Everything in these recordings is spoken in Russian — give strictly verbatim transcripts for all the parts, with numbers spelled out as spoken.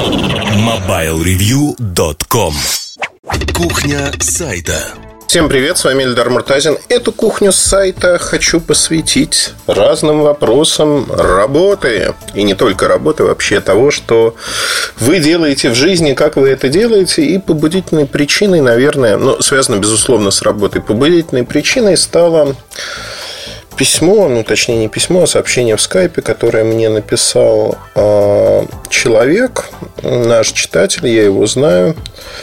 мобайл ревью точка ком. Кухня сайта. Всем привет, с вами Эльдар Муртазин. Эту кухню с сайта хочу посвятить разным вопросам работы. И не только работы, вообще того, что вы делаете в жизни, как вы это делаете. И побудительной причиной, наверное, ну, связано, безусловно, с работой. Побудительной причиной стало письмо, ну, точнее, не письмо, а сообщение в скайпе, которое мне написал э, человек, наш читатель, я его знаю.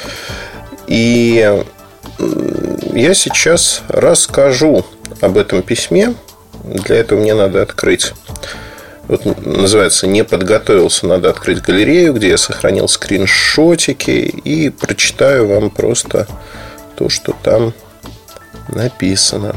И я сейчас расскажу об этом письме. Для этого мне надо открыть, вот называется «Не подготовился». Надо открыть галерею, где я сохранил скриншотики, и прочитаю вам просто то, что там написано.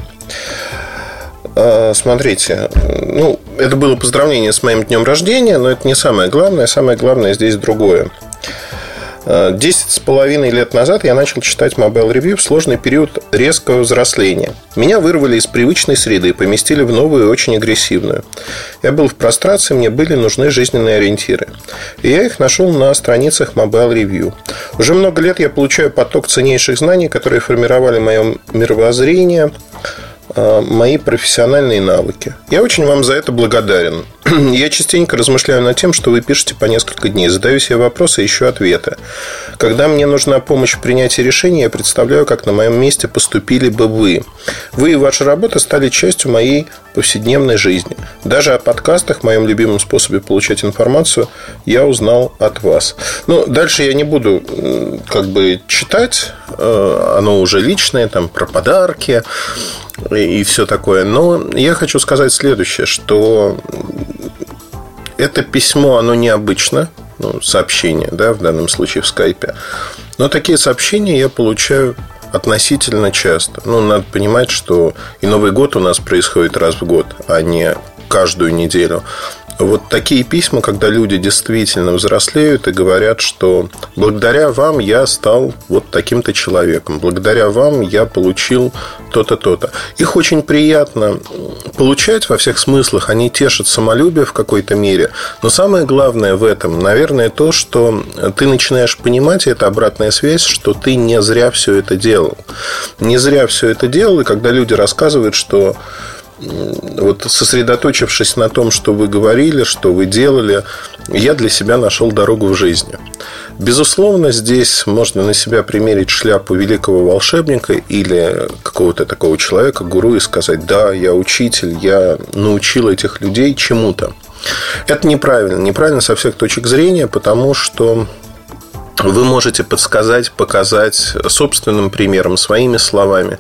Смотрите, ну, это было поздравление с моим днем рождения, но это не самое главное. Самое главное здесь другое. Десять с половиной лет назад я начал читать Mobile Review в сложный период резкого взросления. Меня вырвали из привычной среды и поместили в новую, очень агрессивную. Я был в прострации, мне были нужны жизненные ориентиры. И я их нашел на страницах Mobile Review. Уже много лет я получаю поток ценнейших знаний, которые формировали мое мировоззрение, мои профессиональные навыки. Я очень вам за это благодарен. Я частенько размышляю над тем, что вы пишете по несколько дней. Задаю себе вопросы и ищу ответы. Когда мне нужна помощь в принятии решений, я представляю, как на моем месте поступили бы вы. Вы и ваша работа стали частью моей повседневной жизни. Даже о подкастах, моем любимом способе получать информацию, я узнал от вас. Ну, дальше я не буду как бы читать. Оно уже личное, там, про подарки и все такое. Но я хочу сказать следующее, что это письмо, оно необычно, ну, сообщение, да, в данном случае в скайпе. Но такие сообщения я получаю относительно часто. Ну, надо понимать, что и Новый год у нас происходит раз в год, а не каждую неделю. Вот такие письма, когда люди действительно взрослеют и говорят, что благодаря вам я стал вот таким-то человеком, благодаря вам я получил то-то, то-то. Их очень приятно получать во всех смыслах, они тешат самолюбие в какой-то мере. Но самое главное в этом, наверное, то, что ты начинаешь понимать, и это обратная связь, что ты не зря все это делал. Не зря все это делал, и когда люди рассказывают, что вот сосредоточившись на том, что вы говорили, что вы делали, я для себя нашел дорогу в жизни. Безусловно, здесь можно на себя примерить шляпу великого волшебника или какого-то такого человека, гуру, и сказать: да, я учитель, я научил этих людей чему-то. Это неправильно. Неправильно со всех точек зрения, потому что вы можете подсказать, показать собственным примером, своими словами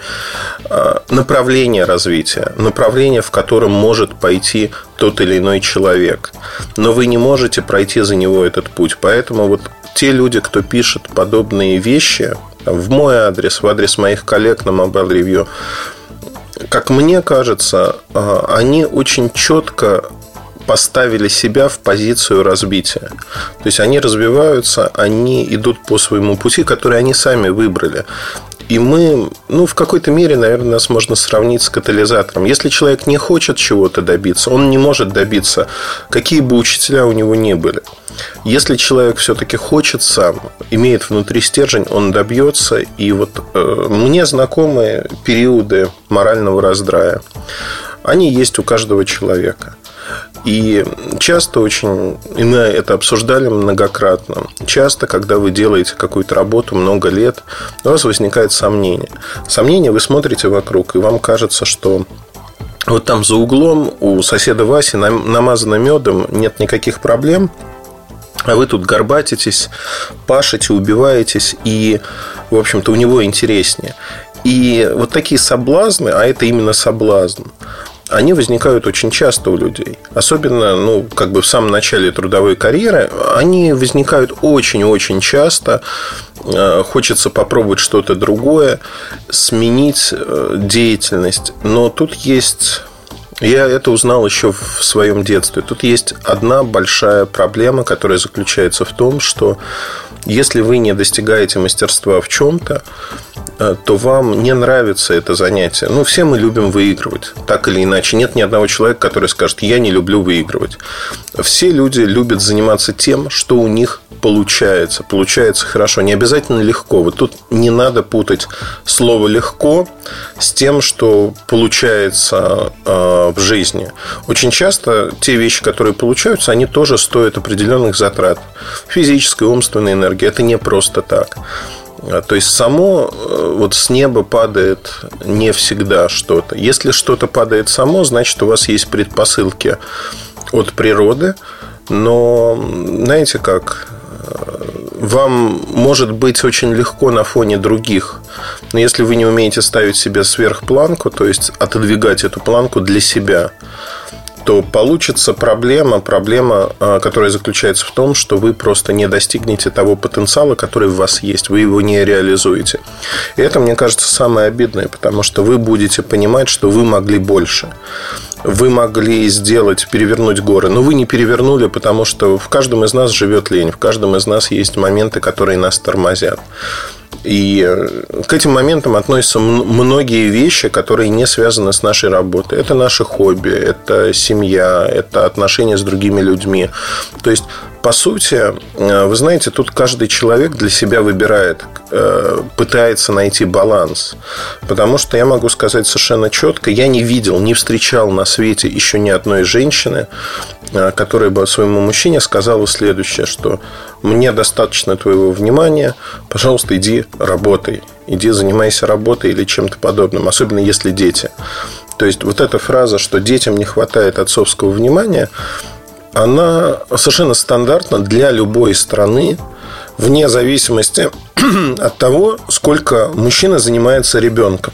направление развития, направление, в котором может пойти тот или иной человек. Но вы не можете пройти за него этот путь. Поэтому вот те люди, кто пишет подобные вещи в мой адрес, в адрес моих коллег на Mobile Review, как мне кажется, они очень четко поставили себя в позицию разбития. То есть они развиваются, они идут по своему пути, который они сами выбрали. И мы, ну, в какой-то мере, наверное, нас можно сравнить с катализатором. Если человек не хочет чего-то добиться, он не может добиться, какие бы учителя у него ни были. Если человек все-таки хочет сам, имеет внутри стержень, он добьется. И вот э, мне знакомы периоды морального раздрая. Они есть у каждого человека. И часто очень, и мы это обсуждали многократно, часто, когда вы делаете какую-то работу много лет, у вас возникает сомнение. Сомнение, вы смотрите вокруг, и вам кажется, что вот там за углом у соседа Васи намазано медом, нет никаких проблем, а вы тут горбатитесь, пашете, убиваетесь, и, в общем-то, у него интереснее. И вот такие соблазны, а это именно соблазн, они возникают очень часто у людей. Особенно, ну, как бы в самом начале трудовой карьеры. Они возникают очень-очень часто. Хочется попробовать что-то другое, сменить деятельность. Но тут есть... Я это узнал еще в своем детстве. Тут есть одна большая проблема, которая заключается в том, что если вы не достигаете мастерства в чем-то, то вам не нравится это занятие. Ну, все мы любим выигрывать, так или иначе. Нет ни одного человека, который скажет: я не люблю выигрывать. Все люди любят заниматься тем, что у них получается. Получается хорошо. Не обязательно легко. Вот тут не надо путать слово «легко» с тем, что получается э, в жизни. Очень часто те вещи, которые получаются, они тоже стоят определенных затрат. Физической, умственной энергии. Это не просто так. То есть само вот с неба падает не всегда что-то. Если что-то падает само, значит, у вас есть предпосылки от природы. Но знаете как? Вам может быть очень легко на фоне других. Но если вы не умеете ставить себе сверхпланку, то есть отодвигать эту планку для себя, то получится проблема, проблема, которая заключается в том, что вы просто не достигнете того потенциала, который в вас есть. Вы его не реализуете. И это, мне кажется, самое обидное, потому что вы будете понимать, что вы могли больше. Вы могли сделать, перевернуть горы, но вы не перевернули, потому что в каждом из нас живет лень, в каждом из нас есть моменты, которые нас тормозят. И к этим моментам относятся многие вещи, которые не связаны с нашей работой. Это наши хобби, это семья, это отношения с другими людьми. То есть, по сути, вы знаете, тут каждый человек для себя выбирает, пытается найти баланс. Потому что я могу сказать совершенно четко: я не видел, не встречал на свете еще ни одной женщины, которая бы своему мужчине сказала следующее, что мне достаточно твоего внимания, пожалуйста, иди работай, иди занимайся работой или чем-то подобным, особенно если дети. То есть вот эта фраза, что детям не хватает отцовского внимания, она совершенно стандартна для любой страны, вне зависимости от того, сколько мужчина занимается ребенком.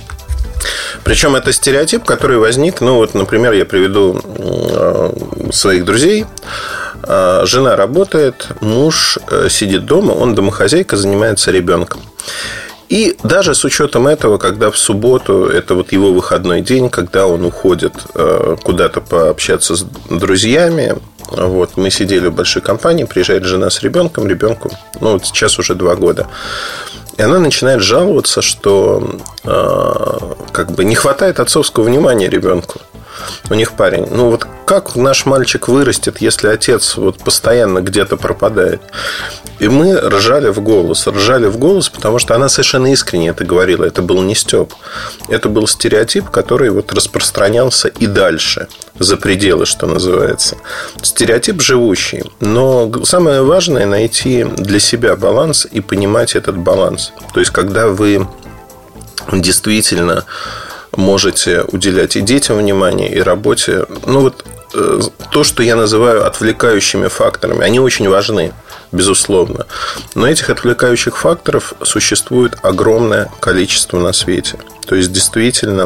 Причем это стереотип, который возник, ну вот, например, я приведу своих друзей. Жена работает, муж сидит дома, он домохозяйка, занимается ребенком. И даже с учетом этого, когда в субботу, это вот его выходной день, когда он уходит куда-то пообщаться с друзьями, вот, мы сидели в большой компании, приезжает жена с ребенком, ребенку, ну, вот сейчас уже два года. И она начинает жаловаться, что э, как бы не хватает отцовского внимания ребенку. У них парень. Ну вот как наш мальчик вырастет, если отец вот постоянно где-то пропадает? И мы ржали в голос. Ржали в голос, потому что она совершенно искренне это говорила. Это был не стёб. Это был стереотип, который вот распространялся и дальше, за пределы, что называется. Стереотип живущий. Но самое важное — найти для себя баланс и понимать этот баланс. То есть, когда вы действительно можете уделять и детям внимание, и работе. Ну, вот то, что я называю отвлекающими факторами, они очень важны, безусловно. Но этих отвлекающих факторов существует огромное количество на свете. То есть, действительно,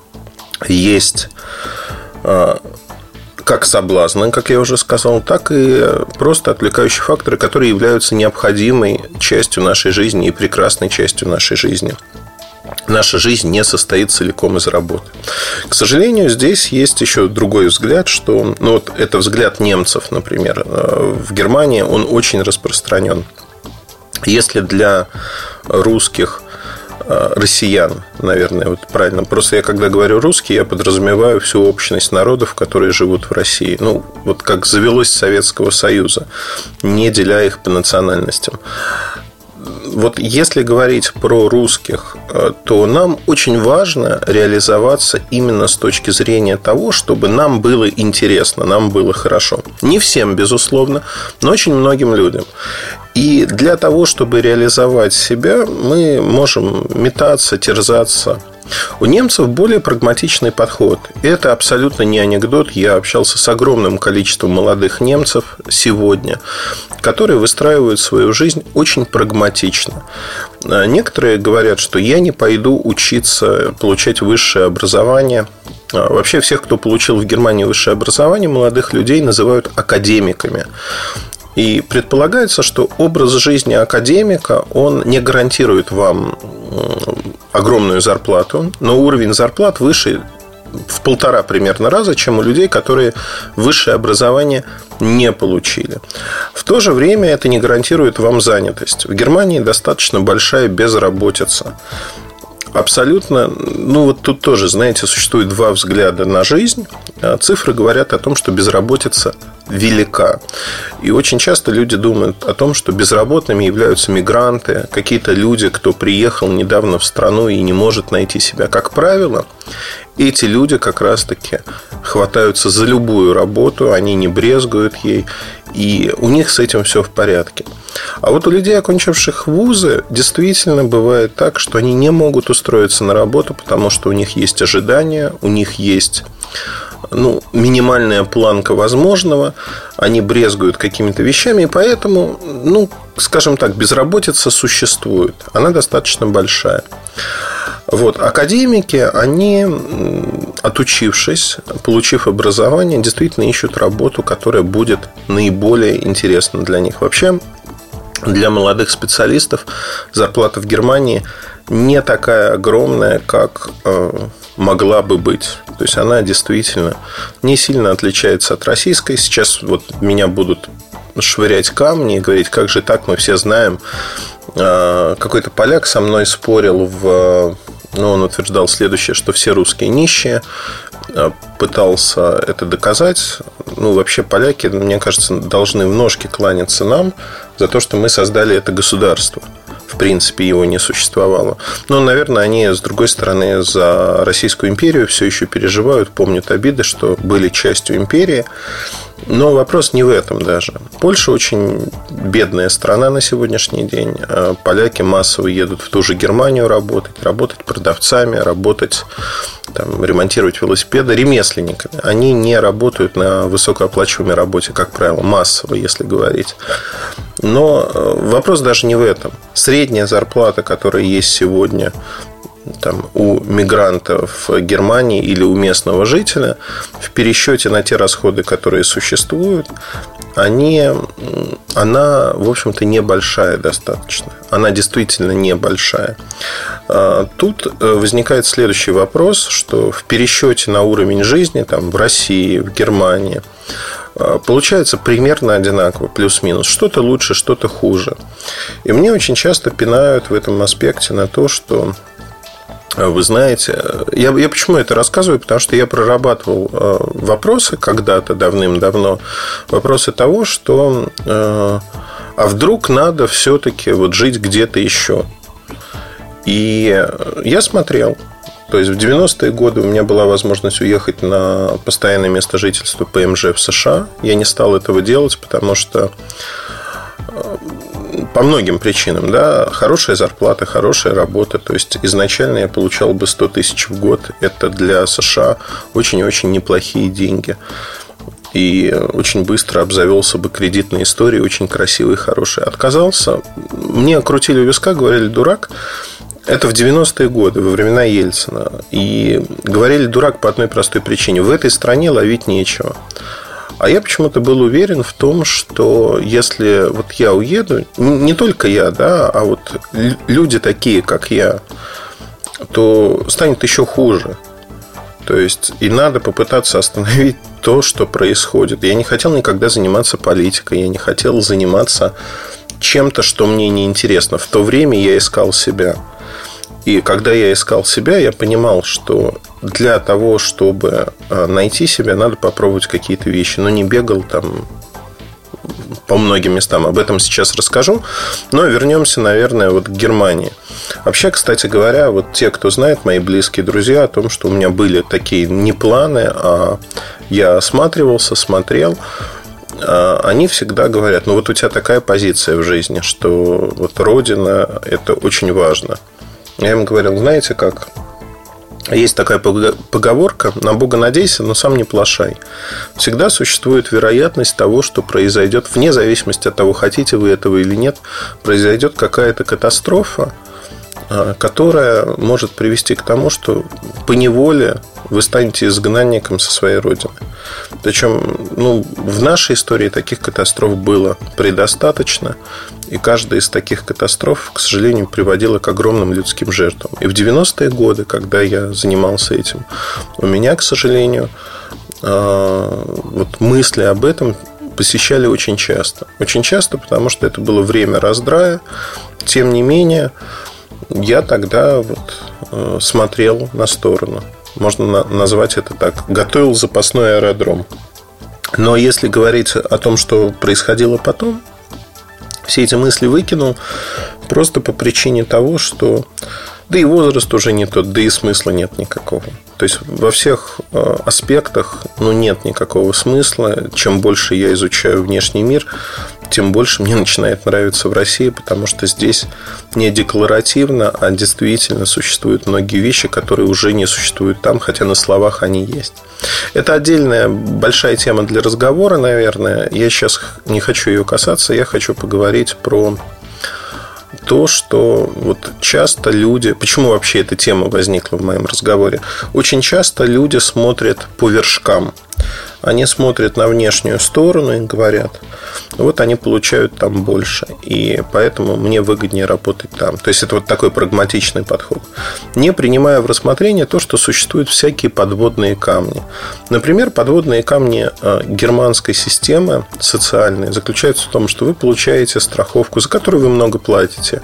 есть как соблазны, как я уже сказал, так и просто отвлекающие факторы, которые являются необходимой частью нашей жизни и прекрасной частью нашей жизни. Наша жизнь не состоит целиком из работы. К сожалению, здесь есть еще другой взгляд, что, ну, вот это взгляд немцев, например. В Германии он очень распространен. Если для русских, россиян, наверное, вот правильно. Просто я, когда говорю русский, я подразумеваю всю общность народов, которые живут в России. Ну, вот как завелось с Советского Союза, не деля их по национальностям. Вот если говорить про русских, то нам очень важно реализоваться именно с точки зрения того, чтобы нам было интересно, нам было хорошо. Не всем, безусловно, но очень многим людям. И для того, чтобы реализовать себя, мы можем метаться, терзаться. У немцев более прагматичный подход. И это абсолютно не анекдот. Я общался с огромным количеством молодых немцев сегодня, которые выстраивают свою жизнь очень прагматично. Некоторые говорят, что я не пойду учиться, получать высшее образование. Вообще всех, кто получил в Германии высшее образование, молодых людей называют академиками. И предполагается, что образ жизни академика, он не гарантирует вам огромную зарплату, но уровень зарплат выше в полтора примерно раза, чем у людей, которые высшее образование не получили. В то же время это не гарантирует вам занятость. В Германии достаточно большая безработица. Абсолютно, ну вот тут тоже, знаете, существует два взгляда на жизнь. Цифры говорят о том, что безработица велика. И очень часто люди думают о том, что безработными являются мигранты, какие-то люди, кто приехал недавно в страну и не может найти себя. Как правило, эти люди как раз-таки хватаются за любую работу, они не брезгуют ей, и у них с этим все в порядке. А вот у людей, окончивших вузы, действительно бывает так, что они не могут устроиться на работу, потому что у них есть ожидания, у них есть ну, минимальная планка возможного, они брезгуют какими-то вещами, и поэтому, ну, скажем так, безработица существует, она достаточно большая. Вот. Академики, они, отучившись, получив образование, действительно ищут работу, которая будет наиболее интересна для них. Вообще, для молодых специалистов зарплата в Германии не такая огромная, как э, могла бы быть. То есть она действительно не сильно отличается от российской. Сейчас вот меня будут швырять камни и говорить, как же так, мы все знаем. Э, какой-то поляк со мной спорил в... Но он утверждал следующее, что все русские нищие. Пытался это доказать. Ну, вообще, поляки, мне кажется, должны в ножки кланяться нам за то, что мы создали это государство. В принципе, его не существовало. Но, наверное, они, с другой стороны, за Российскую империю все еще переживают, помнят обиды, что были частью империи. Но вопрос не в этом даже. Польша очень бедная страна на сегодняшний день. Поляки массово едут в ту же Германию работать, работать продавцами, работать, там, ремонтировать велосипеды, ремесленниками. Они не работают на высокооплачиваемой работе, как правило, массово, если говорить. Но вопрос даже не в этом. Средняя зарплата, которая есть сегодня там, у мигрантов в Германии или у местного жителя, в пересчете на те расходы, которые существуют, они, она, в общем-то, небольшая достаточно. Она действительно небольшая. Тут возникает следующий вопрос, что в пересчете на уровень жизни там, в России, в Германии получается примерно одинаково, плюс-минус. Что-то лучше, что-то хуже. И мне очень часто пинают в этом аспекте на то, что вы знаете, я, я почему это рассказываю? Потому что я прорабатывал э, вопросы когда-то, давным-давно. Вопросы того, что э, а вдруг надо все-таки вот жить где-то еще. И я смотрел. То есть в девяностые годы у меня была возможность уехать на постоянное место жительства ПМЖ в США. Я не стал этого делать, потому что по многим причинам, да, хорошая зарплата, хорошая работа. То есть изначально я получал бы сто тысяч в год. Это для США очень-очень неплохие деньги. И очень быстро обзавелся бы кредитной историей, очень красивой, хорошей. Отказался. Мне крутили у виска, говорили: дурак. Это в девяностые годы, во времена Ельцина. И говорили: дурак по одной простой причине. В этой стране ловить нечего. А я почему-то был уверен в том, что если вот я уеду, не только я, да, а вот люди такие, как я, то станет еще хуже. То есть и надо попытаться остановить то, что происходит. Я не хотел никогда заниматься политикой, я не хотел заниматься чем-то, что мне неинтересно. В то время я искал себя. И когда я искал себя, я понимал, что для того, чтобы найти себя, надо попробовать какие-то вещи. Но не бегал там по многим местам. Об этом сейчас расскажу. Но вернемся, наверное, вот к Германии. Вообще, кстати говоря, вот те, кто знает, мои близкие друзья, о том, что у меня были такие не планы, а я осматривался, смотрел, они всегда говорят: ну вот у тебя такая позиция в жизни, что вот родина – это очень важно. Я им говорил: знаете как, есть такая поговорка: на Бога надейся, но сам не плашай. Всегда существует вероятность того, что произойдет, вне зависимости от того, хотите вы этого или нет, произойдет какая-то катастрофа, которая может привести к тому, что поневоле вы станете изгнанником со своей родины. Причем, ну, в нашей истории таких катастроф было предостаточно. И каждая из таких катастроф, к сожалению, приводила к огромным людским жертвам. И в девяностые годы, когда я занимался этим, у меня, к сожалению, вот мысли об этом посещали очень часто. Очень часто, потому что это было время раздрая. Тем не менее, я тогда вот смотрел на сторону. Можно назвать это так. Готовил запасной аэродром. Но если говорить о том, что происходило потом, все эти мысли выкинул просто по причине того, что да и возраст уже не тот, да и смысла нет никакого. То есть во всех аспектах ну, нет никакого смысла. Чем больше я изучаю внешний мир, тем больше мне начинает нравиться в России, потому что здесь не декларативно, а действительно существуют многие вещи, которые уже не существуют там, хотя на словах они есть. Это отдельная большая тема для разговора, наверное. Я сейчас не хочу ее касаться, я хочу поговорить про то, что вот часто люди... Почему вообще эта тема возникла в моем разговоре? Очень часто люди смотрят по вершкам. Они смотрят на внешнюю сторону и говорят, вот они получают там больше, и поэтому мне выгоднее работать там. То есть это вот такой прагматичный подход, не принимая в рассмотрение то, что существуют всякие подводные камни. Например, подводные камни германской системы социальной заключаются в том, что вы получаете страховку, за которую вы много платите.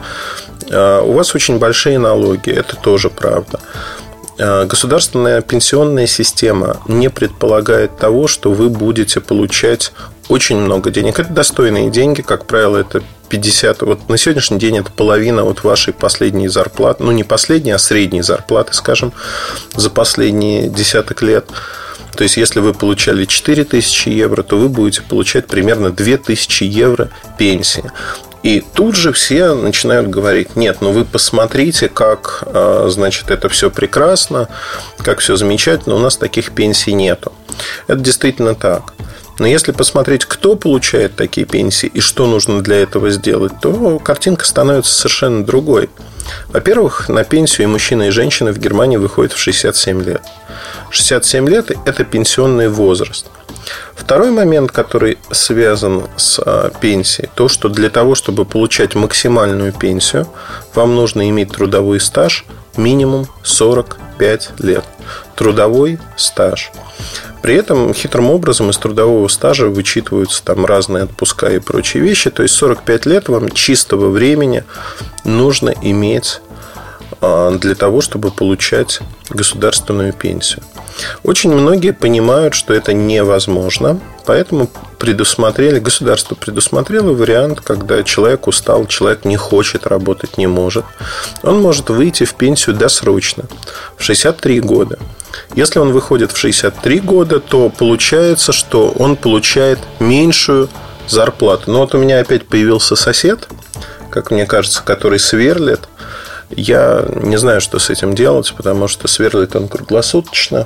У вас очень большие налоги, это тоже правда. Государственная пенсионная система не предполагает того, что вы будете получать очень много денег. Это достойные деньги, как правило, это пятьдесят. Вот на сегодняшний день это половина от вашей последней зарплаты. Ну, не последней, а средней зарплаты, скажем, за последние десяток лет. То есть, если вы получали четыре тысячи евро, то вы будете получать примерно две тысячи евро пенсии. И тут же все начинают говорить: нет, ну вы посмотрите, как, значит, это все прекрасно, как все замечательно, у нас таких пенсий нету. Это действительно так. Но если посмотреть, кто получает такие пенсии и что нужно для этого сделать, то картинка становится совершенно другой. Во-первых, на пенсию и мужчины, и женщины в Германии выходят в шестьдесят семь лет. шестьдесят семь лет – это пенсионный возраст. Второй момент, который связан с пенсией, то, что для того, чтобы получать максимальную пенсию, вам нужно иметь трудовой стаж минимум сорок пять лет. Трудовой стаж. При этом хитрым образом из трудового стажа вычитываются там разные отпуска и прочие вещи. То есть сорок пять лет вам чистого времени нужно иметь для того, чтобы получать государственную пенсию. Очень многие понимают, что это невозможно, поэтому предусмотрели, государство предусмотрело вариант, когда человек устал, человек не хочет работать, не может. Он может выйти в пенсию досрочно, в шестьдесят три года. Если он выходит в шестьдесят три года, то получается, что он получает меньшую зарплату. Но вот у меня опять появился сосед, как мне кажется, который сверлит. Я не знаю, что с этим делать, потому что сверлит он круглосуточно.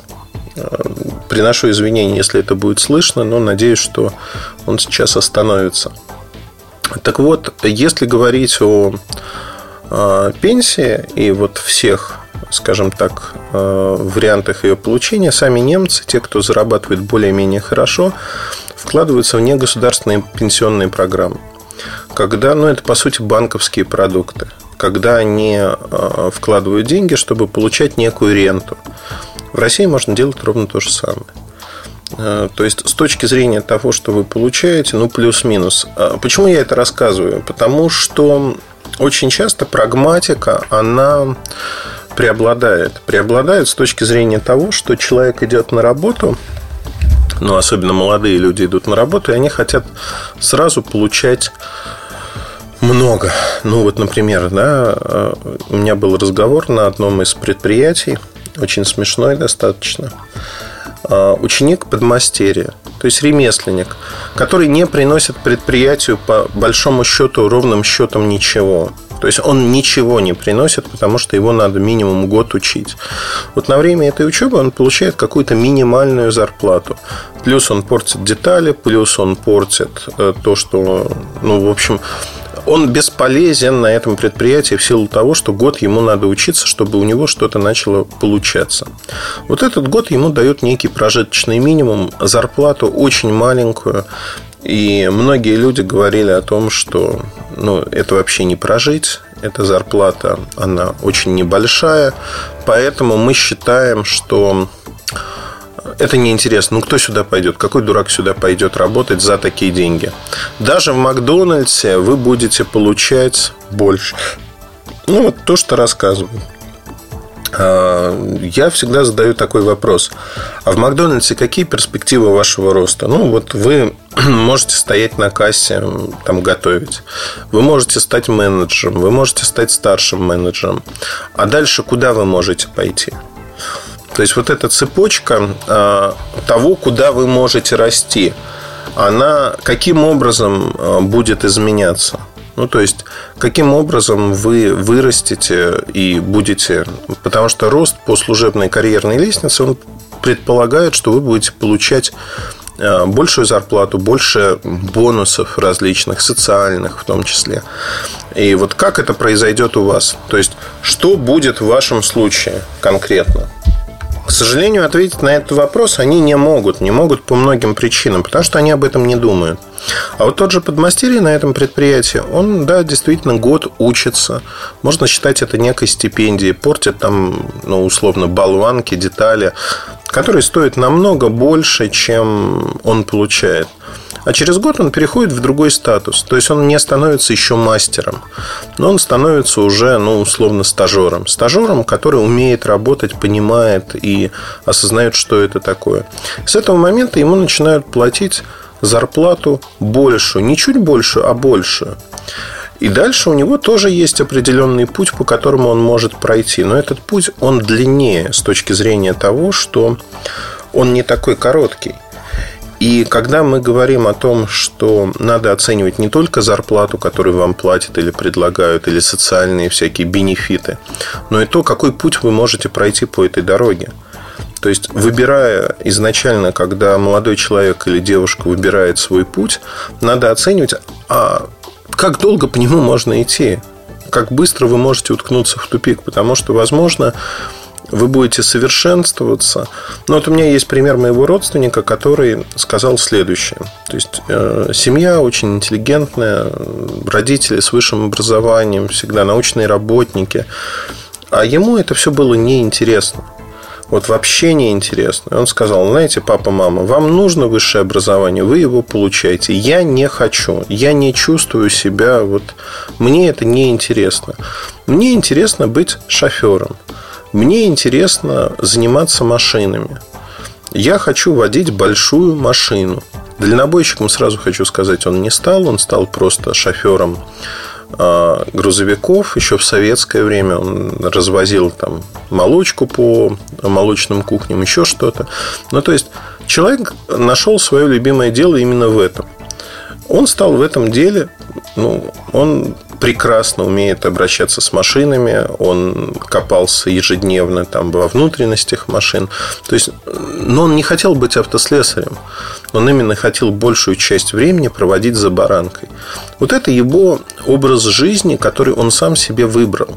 Приношу извинения, если это будет слышно, но надеюсь, что он сейчас остановится. Так вот, если говорить о пенсии и вот всех, скажем так, вариантах ее получения, сами немцы, те, кто зарабатывает более-менее хорошо, вкладываются в негосударственные пенсионные программы. Когда, ну, это по сути банковские продукты. Когда они вкладывают деньги, чтобы получать некую ренту. В России можно делать ровно то же самое. То есть, с точки зрения того, что вы получаете, ну, плюс-минус. Почему я это рассказываю? Потому что очень часто прагматика, она преобладает. Преобладает с точки зрения того, что человек идет на работу, ну, особенно молодые люди идут на работу, и они хотят сразу получать много. Ну, вот, например, да, у меня был разговор на одном из предприятий, очень смешной достаточно. Ученик подмастерья, то есть ремесленник, который не приносит предприятию по большому счету, ровным счетом ничего. То есть он ничего не приносит, потому что его надо минимум год учить. Вот на время этой учебы он получает какую-то минимальную зарплату. Плюс он портит детали, плюс он портит то, что, ну, в общем, он бесполезен на этом предприятии в силу того, что год ему надо учиться, чтобы у него что-то начало получаться. Вот этот год ему дает некий прожиточный минимум, зарплату очень маленькую. И многие люди говорили о том, что ну, это вообще не прожить. Эта зарплата, она очень небольшая. Поэтому мы считаем, что это неинтересно. Ну, кто сюда пойдет? Какой дурак сюда пойдет работать за такие деньги? Даже в Макдональдсе вы будете получать больше. Ну, вот то, что рассказываю. Я всегда задаю такой вопрос. А в Макдональдсе какие перспективы вашего роста? Ну, вот вы можете стоять на кассе, там готовить. Вы можете стать менеджером. Вы можете стать старшим менеджером. А дальше куда вы можете пойти? То есть, вот эта цепочка того, куда вы можете расти, она каким образом будет изменяться? Ну, то есть, каким образом вы вырастете и будете... Потому что рост по служебной карьерной лестнице, он предполагает, что вы будете получать большую зарплату, больше бонусов различных, социальных в том числе. И вот как это произойдет у вас? То есть, что будет в вашем случае конкретно? К сожалению, ответить на этот вопрос они не могут. Не могут по многим причинам, потому что они об этом не думают. А вот тот же подмастерье на этом предприятии, он, да, действительно год учится. Можно считать это некой стипендией. Портят там, ну, условно, болванки, детали, которые стоят намного больше, чем он получает. А через год он переходит в другой статус. То есть, он не становится еще мастером, но он становится уже, ну, условно, стажером. Стажером, который умеет работать, понимает и осознает, что это такое. С этого момента ему начинают платить зарплату большую. Не чуть большую, а большую. И дальше у него тоже есть определенный путь, по которому он может пройти. Но этот путь, он длиннее с точки зрения того, что он не такой короткий. И когда мы говорим о том, что надо оценивать не только зарплату, которую вам платят или предлагают, или социальные всякие бенефиты, но и то, какой путь вы можете пройти по этой дороге. То есть, выбирая изначально, когда молодой человек или девушка выбирает свой путь, надо оценивать, а как долго по нему можно идти, как быстро вы можете уткнуться в тупик, потому что, возможно, вы будете совершенствоваться. Но вот у меня есть пример моего родственника, который сказал следующее. То есть, э, семья очень интеллигентная, родители с высшим образованием, всегда научные работники. А ему это все было неинтересно. Вот вообще неинтересно. И он сказал: знаете, папа, мама, вам нужно высшее образование, вы его получаете. Я не хочу, я не чувствую себя, вот мне это неинтересно. Мне интересно быть шофером. Мне интересно заниматься машинами. Я хочу водить большую машину. Дальнобойщиком, сразу хочу сказать, он не стал. Он стал просто шофером грузовиков. Еще в советское время он развозил там молочку по молочным кухням, еще что-то. Ну, то есть, человек нашел свое любимое дело именно в этом. Он стал в этом деле, ну, он прекрасно умеет обращаться с машинами, он копался ежедневно там во внутренностях машин. То есть, но он не хотел быть автослесарем. Он именно хотел большую часть времени проводить за баранкой. Вот это его образ жизни, который он сам себе выбрал.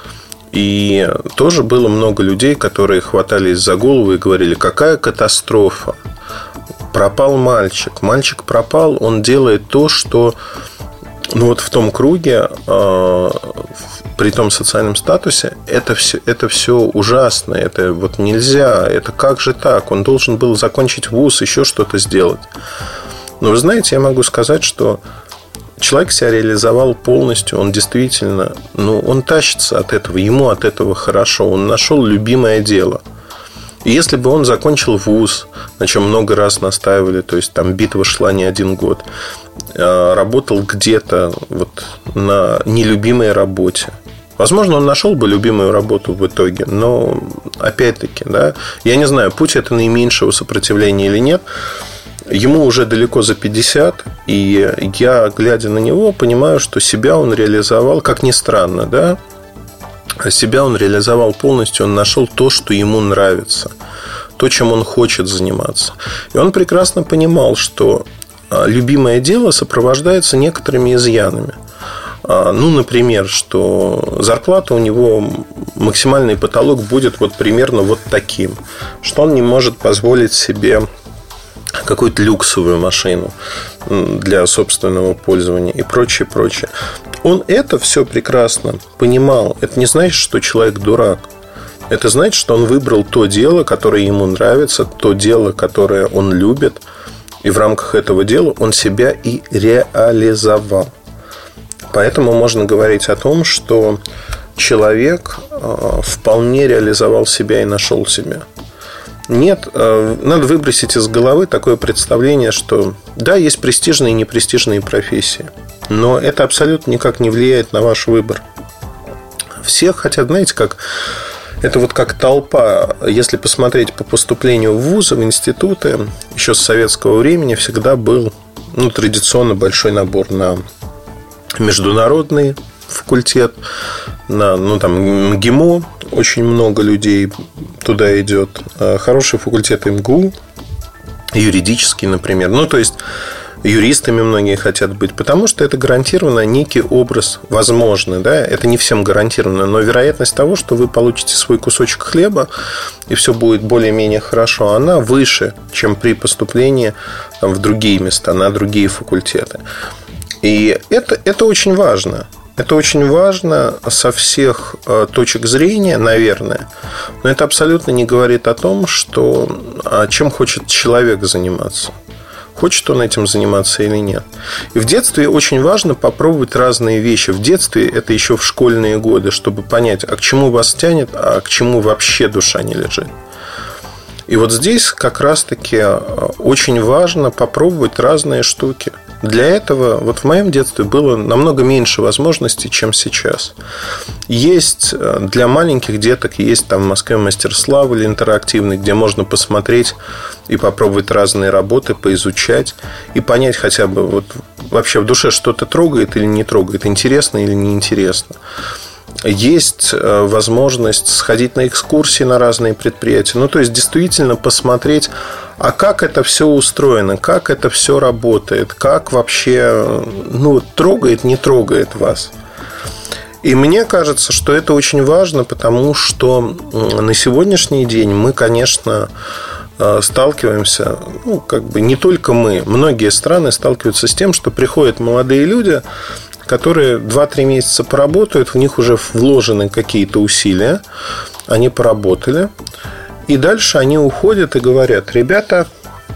И тоже было много людей, которые хватались за голову и говорили: какая катастрофа. Пропал мальчик. Мальчик пропал, он делает то, что, ну, вот в том круге, э, при том социальном статусе, это все, это все ужасно. Это вот нельзя. Это как же так? Он должен был закончить вуз, еще что-то сделать. Но вы знаете, я могу сказать, что человек себя реализовал полностью. Он действительно, ну, он тащится от этого. Ему от этого хорошо. Он нашел любимое дело. И если бы он закончил вуз, на чем много раз настаивали, то есть там битва шла не один год, работал где-то вот на нелюбимой работе, возможно, он нашел бы любимую работу в итоге. Но опять-таки, да, я не знаю, путь это наименьшего сопротивления или нет. Ему уже далеко за пятьдесят, и я, глядя на него, понимаю, что себя он реализовал, как ни странно, да. Себя он реализовал полностью, он нашел то, что ему нравится, то, чем он хочет заниматься. И он прекрасно понимал, что любимое дело сопровождается некоторыми изъянами. Ну, например, что зарплата у него, максимальный потолок будет вот примерно вот таким, что он не может позволить себе какую-то люксовую машину для собственного пользования и прочее, прочее. Он это все прекрасно понимал. Это не значит, что человек дурак. Это значит, что он выбрал то дело, которое ему нравится, то дело, которое он любит. И в рамках этого дела он себя и реализовал. Поэтому можно говорить о том, что человек вполне реализовал себя и нашел себя. Нет, надо выбросить из головы такое представление, что да, есть престижные и непрестижные профессии, но это абсолютно никак не влияет на ваш выбор. Все хотят, знаете, как... Это вот как толпа. Если посмотреть по поступлению в вузы, в институты, еще с советского времени всегда был, ну, традиционно большой набор на международный факультет, на, ну, там, МГИМО. Очень много людей туда идет. Хороший факультет МГУ, юридический, например. Ну, то есть юристами многие хотят быть, потому что это гарантированно некий образ, возможно, да, это не всем гарантированно, но вероятность того, что вы получите свой кусочек хлеба и все будет более-менее хорошо, она выше, чем при поступлении там, в другие места, на другие факультеты. И это, это очень важно. Это очень важно со всех точек зрения, наверное, но это абсолютно не говорит о том, что, чем хочет человек заниматься. Хочет он этим заниматься или нет. И в детстве очень важно попробовать разные вещи. В детстве, это еще в школьные годы, чтобы понять, а к чему вас тянет, а к чему вообще душа не лежит. И вот здесь как раз-таки очень важно попробовать разные штуки. Для этого вот в моем детстве было намного меньше возможностей, чем сейчас. Есть для маленьких деток, есть там в Москве Мастерславль интерактивный, где можно посмотреть и попробовать разные работы, поизучать и понять хотя бы вот вообще в душе что-то трогает или не трогает, интересно или неинтересно. Есть возможность сходить на экскурсии на разные предприятия. Ну, то есть, действительно посмотреть, а как это все устроено, как это все работает, как вообще, ну, трогает, не трогает вас. И мне кажется, что это очень важно, потому что на сегодняшний день мы, конечно, сталкиваемся, ну, как бы не только мы, многие страны сталкиваются с тем, что приходят молодые люди, которые два-три месяца поработают, в них уже вложены какие-то усилия, они поработали, и дальше они уходят и говорят: ребята,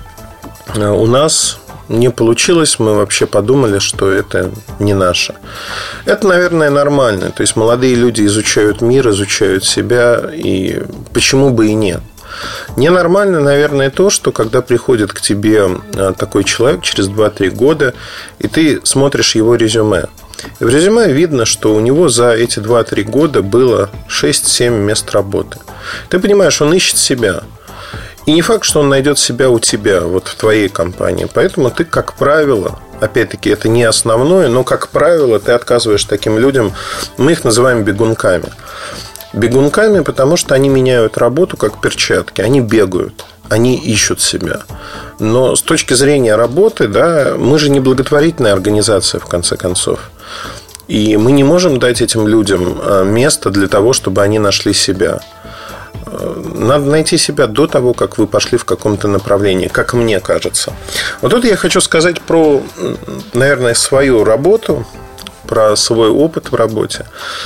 у нас не получилось, мы вообще подумали, что это не наше. Это, наверное, нормально. То есть молодые люди изучают мир, изучают себя, и почему бы и нет. Ненормально, наверное, то, что когда приходит к тебе такой человек через два-три года, и ты смотришь его резюме. И в резюме видно, что у него за эти два-три года было шесть-семь мест работы. Ты понимаешь, он ищет себя. И не факт, что он найдет себя у тебя, вот в твоей компании. Поэтому ты, как правило, опять-таки, это не основное, но, как правило, ты отказываешь таким людям. Мы их называем бегунками. Бегунками, потому что они меняют работу как перчатки. Они бегают, они ищут себя. Но с точки зрения работы, да, мы же не благотворительная организация, в конце концов. И мы не можем дать этим людям место для того, чтобы они нашли себя. Надо найти себя до того, как вы пошли в каком-то направлении, как мне кажется. Вот тут я хочу сказать про, наверное, свою работу, про свой опыт в работе.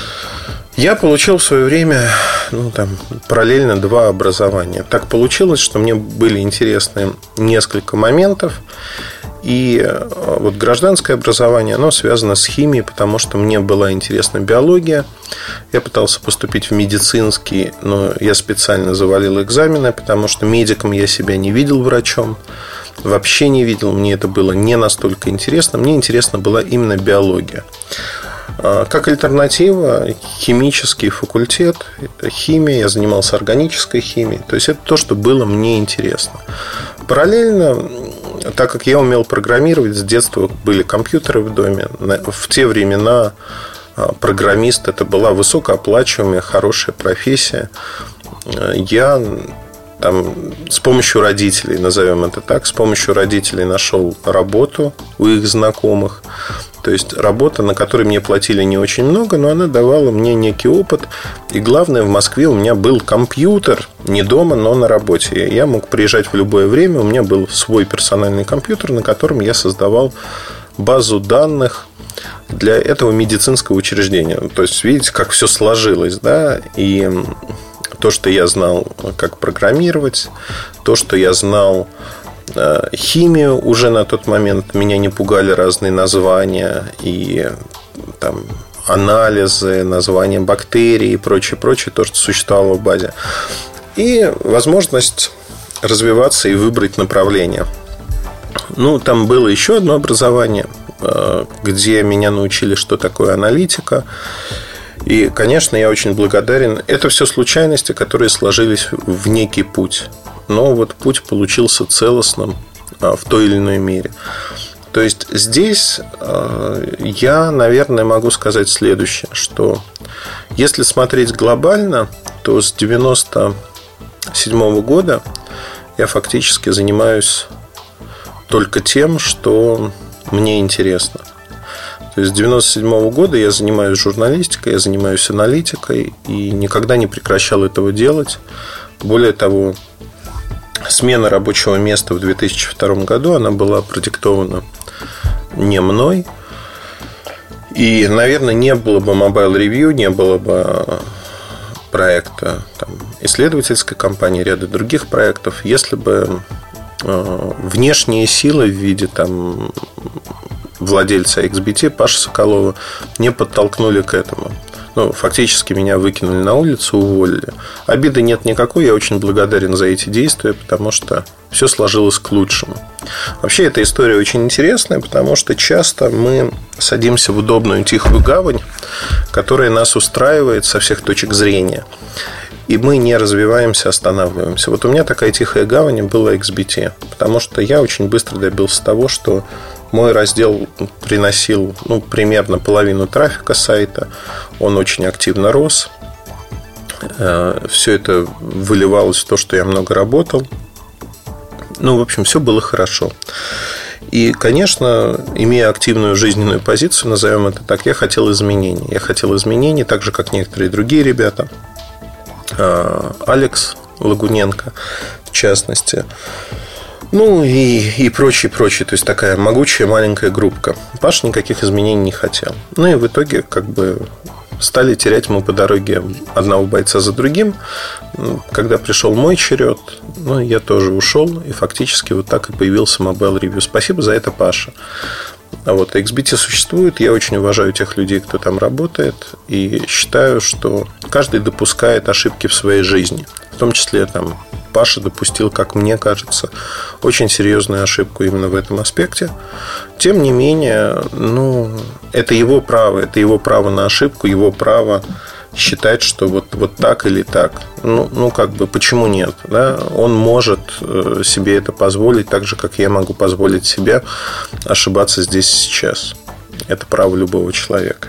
Я получил в свое время, ну, там, параллельно два образования. Так получилось, что мне были интересны несколько моментов. И вот гражданское образование, оно связано с химией, потому что мне была интересна биология. Я пытался поступить в медицинский, но я специально завалил экзамены, потому что медиком я себя не видел, врачом. Вообще не видел, мне это было не настолько интересно. Мне интересна была именно биология. Как альтернатива, химический факультет, химия, я занимался органической химией. То есть это то, что было мне интересно. Параллельно, так как я умел программировать, с детства были компьютеры в доме. В те времена программист — это была высокооплачиваемая, хорошая профессия. Я там, с помощью родителей, назовем это так, с помощью родителей нашел работу у их знакомых. То есть работа, на которой мне платили не очень много, но она давала мне некий опыт. И главное, в Москве у меня был компьютер, не дома, но на работе. Я мог приезжать в любое время. У меня был свой персональный компьютер, на котором я создавал базу данных для этого медицинского учреждения. То есть, видите, как все сложилось, да? И то, что я знал, как программировать, то, что я знал химию уже на тот момент, меня не пугали разные названия и там анализы, названия бактерий и прочее, прочее, то, что существовало в базе. И возможность развиваться и выбрать направление. Ну, там было еще одно образование, где меня научили, что такое аналитика. И, конечно, я очень благодарен. Это все случайности, которые сложились в некий путь. Но вот путь получился целостным в той или иной мере. То есть здесь я, наверное, могу сказать следующее, что если смотреть глобально, то с девяносто седьмого года я фактически занимаюсь только тем, что мне интересно. То есть с девяносто седьмого года я занимаюсь журналистикой, я занимаюсь аналитикой и никогда не прекращал этого делать. Более того, смена рабочего места в две тысячи втором году, она была продиктована не мной. И, наверное, не было бы Mobile Review, не было бы проекта там, исследовательской компании, ряда других проектов, если бы э, внешние силы в виде там, владельца икс би ти Паши Соколова не подтолкнули к этому. Ну, фактически меня выкинули на улицу, уволили. Обиды нет никакой, я очень благодарен за эти действия, потому что все сложилось к лучшему. Вообще, эта история очень интересная, потому что часто мы садимся в удобную тихую гавань, которая нас устраивает со всех точек зрения. И мы не развиваемся, останавливаемся. Вот у меня такая тихая гавань была икс би ти, потому что я очень быстро добился того, что мой раздел приносил ну, примерно половину трафика сайта. Он очень активно рос. Все это выливалось в то, что я много работал. Ну, в общем, все было хорошо. И, конечно, имея активную жизненную позицию, назовем это так, я хотел изменений. Я хотел изменений, так же, как некоторые другие ребята. Алекс Лагуненко, в частности. Ну и, и прочее, прочее. То есть такая могучая маленькая группка. Паша никаких изменений не хотел. Ну и в итоге как бы стали терять мы по дороге одного бойца за другим. Когда пришел мой черед, ну, я тоже ушел. И фактически вот так и появился Mobile Review. Спасибо за это, Паша. А вот икс би ти существует. Я очень уважаю тех людей, кто там работает. И считаю, что каждый допускает ошибки в своей жизни. В том числе там Паша допустил, как мне кажется, очень серьезную ошибку именно в этом аспекте. Тем не менее, ну, это его право. Это его право на ошибку, его право считать, что вот, вот так или так. Ну, ну, как бы, почему нет? Да? Он может себе это позволить, так же, как я могу позволить себе ошибаться здесь и сейчас. Это право любого человека.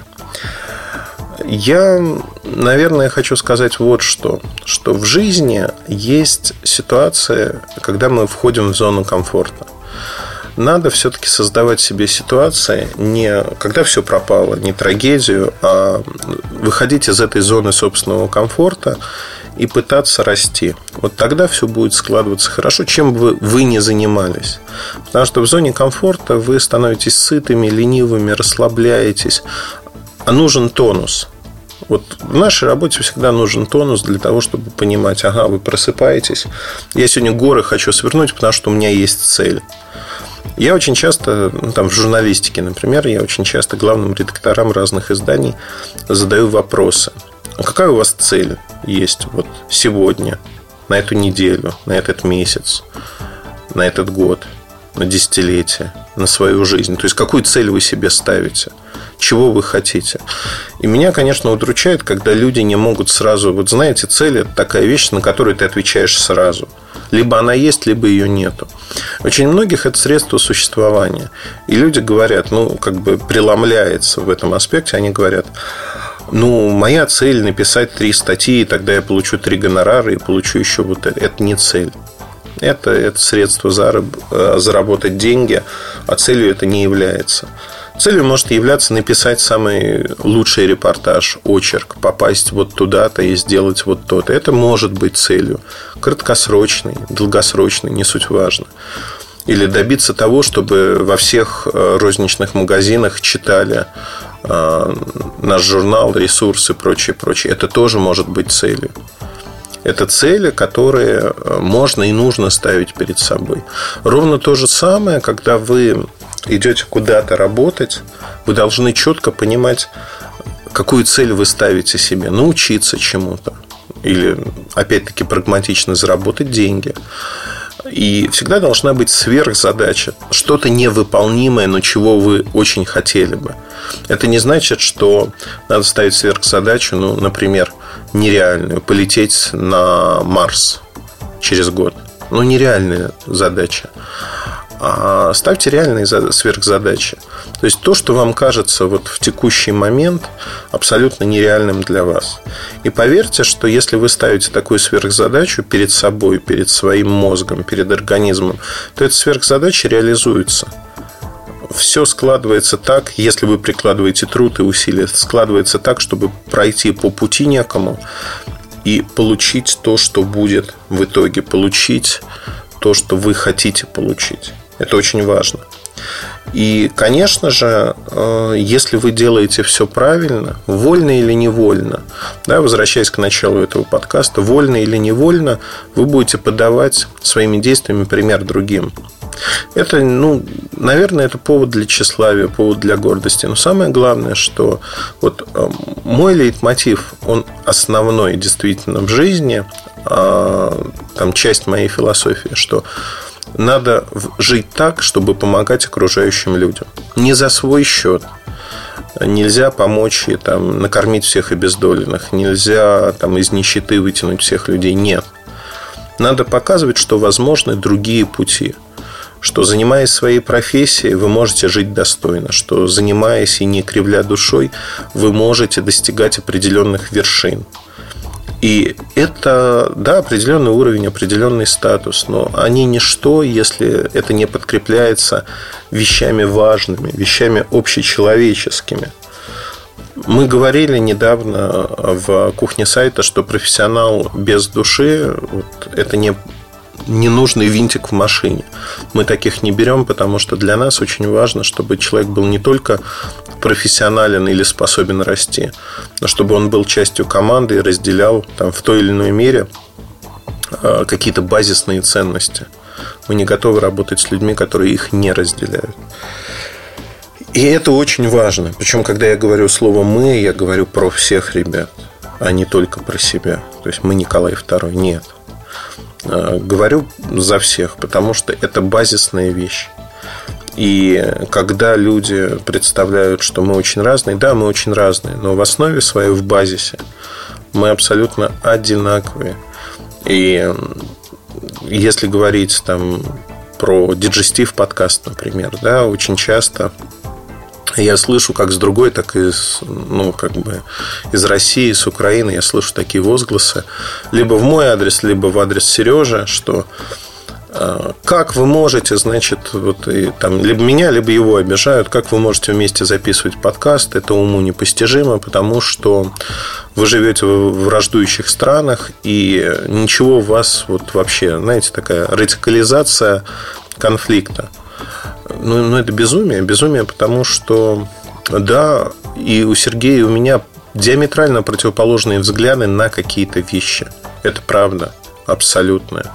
Я, наверное, хочу сказать вот что. Что в жизни есть ситуация, когда мы входим в зону комфорта. Надо все-таки создавать себе ситуации, не когда все пропало, не трагедию, а выходить из этой зоны собственного комфорта и пытаться расти. Вот тогда все будет складываться хорошо, чем бы вы ни занимались. Потому что в зоне комфорта вы становитесь сытыми, ленивыми, расслабляетесь. А нужен тонус. Вот в нашей работе всегда нужен тонус для того, чтобы понимать, ага, вы просыпаетесь. Я сегодня горы хочу свернуть, потому что у меня есть цель. Я очень часто, ну, там, в журналистике, например, я очень часто главным редакторам разных изданий задаю вопросы. А какая у вас цель есть вот сегодня, на эту неделю, на этот месяц, на этот год, на десятилетие, на свою жизнь? То есть, какую цель вы себе ставите? Чего вы хотите? И меня, конечно, удручает, когда люди не могут сразу... Вот знаете, цель – это такая вещь, на которую ты отвечаешь сразу. Либо она есть, либо ее нету. Очень многих это средство существования. И люди говорят, ну, как бы преломляется в этом аспекте. Они говорят, ну, моя цель написать три статьи, и тогда я получу три гонорара и получу еще вот это. Это не цель. Это, это средство зараб... заработать деньги, а целью это не является. Целью может являться написать самый лучший репортаж, очерк, попасть вот туда-то и сделать вот то-то. Это может быть целью. Краткосрочной, долгосрочной, не суть важно. Или добиться того, чтобы во всех розничных магазинах читали наш журнал, ресурсы и прочее, прочее. Это тоже может быть целью. Это цели, которые можно и нужно ставить перед собой. Ровно то же самое, когда вы идете куда-то работать, вы должны четко понимать, какую цель вы ставите себе. Научиться чему-то. Или, опять-таки, прагматично заработать деньги. И всегда должна быть сверхзадача. Что-то невыполнимое, но чего вы очень хотели бы. Это не значит, что надо ставить сверхзадачу, ну, например, нереальную. Полететь на Марс через год. Ну, нереальная задача. А ставьте реальные сверхзадачи. То есть то, что вам кажется вот в текущий момент абсолютно нереальным для вас. И поверьте, что если вы ставите такую сверхзадачу перед собой, перед своим мозгом, перед организмом, то эта сверхзадача реализуется. Все складывается так, если вы прикладываете труд и усилия, складывается так, чтобы пройти по пути некому и получить то, что будет в итоге, получить то, что вы хотите получить. Это очень важно. И, конечно же, если вы делаете все правильно, вольно или невольно, да, возвращаясь к началу этого подкаста, вольно или невольно, вы будете подавать своими действиями пример другим. Это, ну, наверное, это повод для тщеславия, повод для гордости. Но самое главное, что вот мой лейтмотив, он основной действительно в жизни, там часть моей философии, что надо жить так, чтобы помогать окружающим людям. Не за свой счет. Нельзя помочь и там, накормить всех обездоленных. Нельзя там, из нищеты вытянуть всех людей. Нет. Надо показывать, что возможны другие пути. Что, занимаясь своей профессией, вы можете жить достойно. Что, занимаясь и не кривля душой, вы можете достигать определенных вершин. И это, да, определенный уровень, определенный статус, но они ничто, если это не подкрепляется вещами важными, вещами общечеловеческими. Мы говорили недавно в кухне сайта, что профессионал без души вот, это не ненужный винтик в машине. Мы таких не берем, потому что для нас очень важно, чтобы человек был не только профессионален или способен расти, но чтобы он был частью команды и разделял там, в той или иной мере какие-то базисные ценности. Мы не готовы работать с людьми, которые их не разделяют. И это очень важно. Причем, когда я говорю слово «мы», я говорю про всех ребят, а не только про себя. То есть мы Николай второй. Нет. Говорю за всех, потому что это базисная вещь. И когда люди представляют, что мы очень разные, да, мы очень разные, но в основе своей, в базисе, мы абсолютно одинаковые. И если говорить там про Digestivo подкаст, например, да, очень часто я слышу как с другой, так и с, ну, как бы из России, с Украины я слышу такие возгласы либо в мой адрес, либо в адрес Сережи, что э, как вы можете, значит, вот, и, там, либо меня, либо его обижают, как вы можете вместе записывать подкаст, это уму непостижимо, потому что вы живете в враждующих странах, и ничего у вас вот вообще, знаете, такая радикализация конфликта. Ну, ну, это безумие. Безумие, потому что, да, и у Сергея, и у меня диаметрально противоположные взгляды на какие-то вещи. Это правда, абсолютная.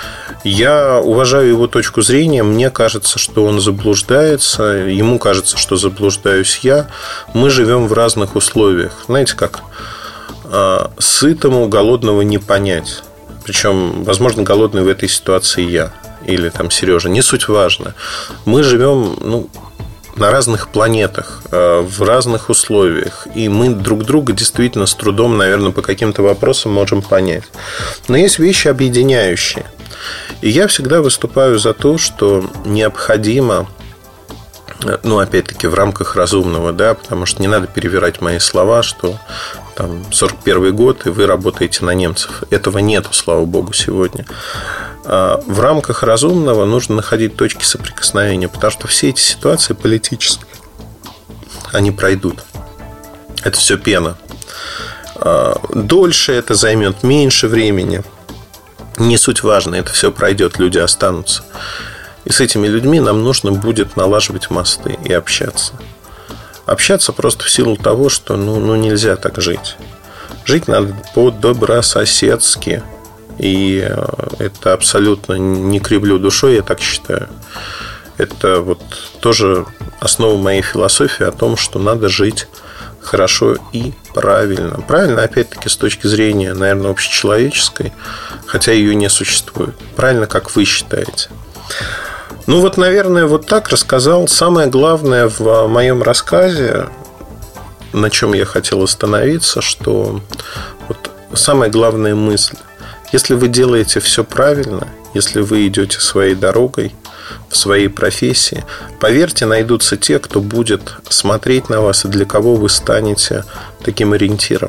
Я уважаю его точку зрения. Мне кажется, что он заблуждается. Ему кажется, что заблуждаюсь я. Мы живем в разных условиях. Знаете как? Сытому голодного не понять. Причем, возможно, голодный в этой ситуации я. Или там Сережа, не суть важно. Мы живем, ну, на разных планетах, в разных условиях. И мы друг друга действительно с трудом, наверное, по каким-то вопросам можем понять. Но есть вещи объединяющие. И я всегда выступаю за то, что необходимо Ну, опять-таки, в рамках разумного, да, потому что не надо перевирать мои слова, что там сорок первый год, и вы работаете на немцев. Этого нету, слава богу, сегодня. В рамках разумного нужно находить точки соприкосновения, потому что все эти ситуации политические, они пройдут. Это все пена. Дольше это займет, меньше времени. Не суть важно, это все пройдет, люди останутся. И с этими людьми нам нужно будет налаживать мосты и общаться. Общаться просто в силу того, что ну, ну нельзя так жить. Жить надо по-добрососедски. И это абсолютно не кривлю душой, я так считаю. Это вот тоже основа моей философии о том, что надо жить хорошо и правильно. Правильно, опять-таки, с точки зрения, наверное, общечеловеческой, хотя ее не существует. Правильно, как вы считаете. Ну вот, наверное, вот так рассказал. Самое главное в моем рассказе, на чем я хотел остановиться, что вот самая главная мысль. Если вы делаете все правильно, если вы идете своей дорогой, в своей профессии, поверьте, найдутся те, кто будет смотреть на вас и для кого вы станете таким ориентиром.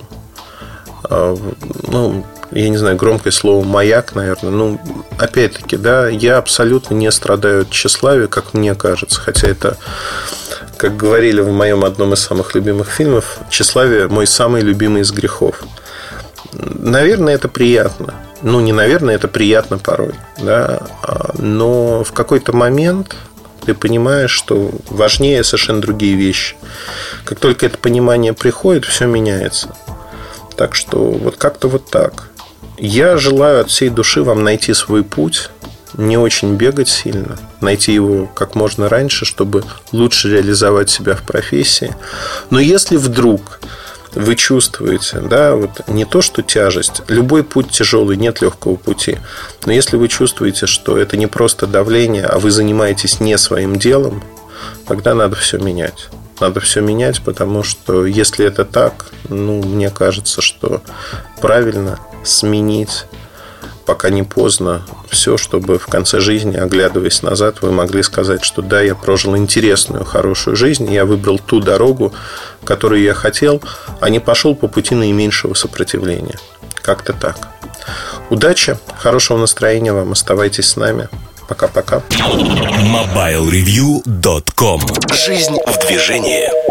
Ну, я не знаю, громкое слово «маяк», наверное. Ну, опять-таки, да, я абсолютно не страдаю от тщеславия, как мне кажется. Хотя это, как говорили в моем одном из самых любимых фильмов, тщеславие – мой самый любимый из грехов. Наверное, это приятно. Ну, не наверное, это приятно порой, да? Но в какой-то момент ты понимаешь, что важнее совершенно другие вещи. Как только это понимание приходит, все меняется. Так что вот как-то вот так. Я желаю от всей души вам найти свой путь, не очень бегать сильно, найти его как можно раньше, чтобы лучше реализовать себя в профессии. Но если вдруг вы чувствуете, да, вот не то, что тяжесть, любой путь тяжелый, нет легкого пути. Но если вы чувствуете, что это не просто давление, а вы занимаетесь не своим делом, тогда надо все менять. Надо все менять, потому что если это так, ну, мне кажется, что правильно сменить, пока не поздно, все, чтобы в конце жизни, оглядываясь назад, вы могли сказать, что да, я прожил интересную, хорошую жизнь, я выбрал ту дорогу, которую я хотел, а не пошел по пути наименьшего сопротивления. Как-то так. Удачи, хорошего настроения вам, оставайтесь с нами. Пока-пока. мобайл ревью точка ком. Жизнь в движении.